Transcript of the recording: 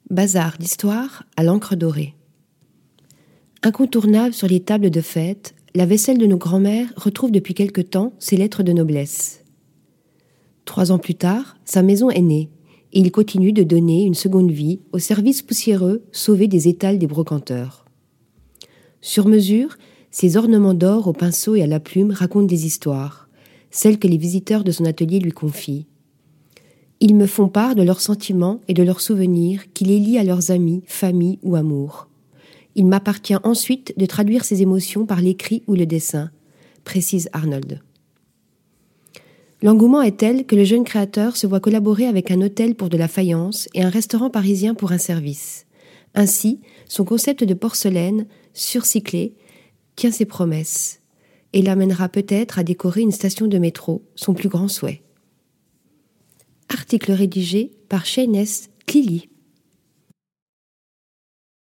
Bazar d'histoire à l'encre dorée. Incontournable sur les tables de fête, la vaisselle de nos grands-mères retrouve depuis quelque temps ses lettres de noblesse. 3 ans plus tard, sa maison est née, et il continue de donner une seconde vie aux services poussiéreux sauvés des étals des brocanteurs. Sur mesure, ses ornements d'or au pinceau et à la plume racontent des histoires, celles que les visiteurs de son atelier lui confient. Ils me font part de leurs sentiments et de leurs souvenirs qui les lient à leurs amis, famille ou amour. Il m'appartient ensuite de traduire ces émotions par l'écrit ou le dessin, précise Arnold. L'engouement est tel que le jeune créateur se voit collaborer avec un hôtel pour de la faïence et un restaurant parisien pour un service. Ainsi, son concept de porcelaine, surcyclée, tient ses promesses et l'amènera peut-être à décorer une station de métro, son plus grand souhait. Article rédigé par Shayness Tlili.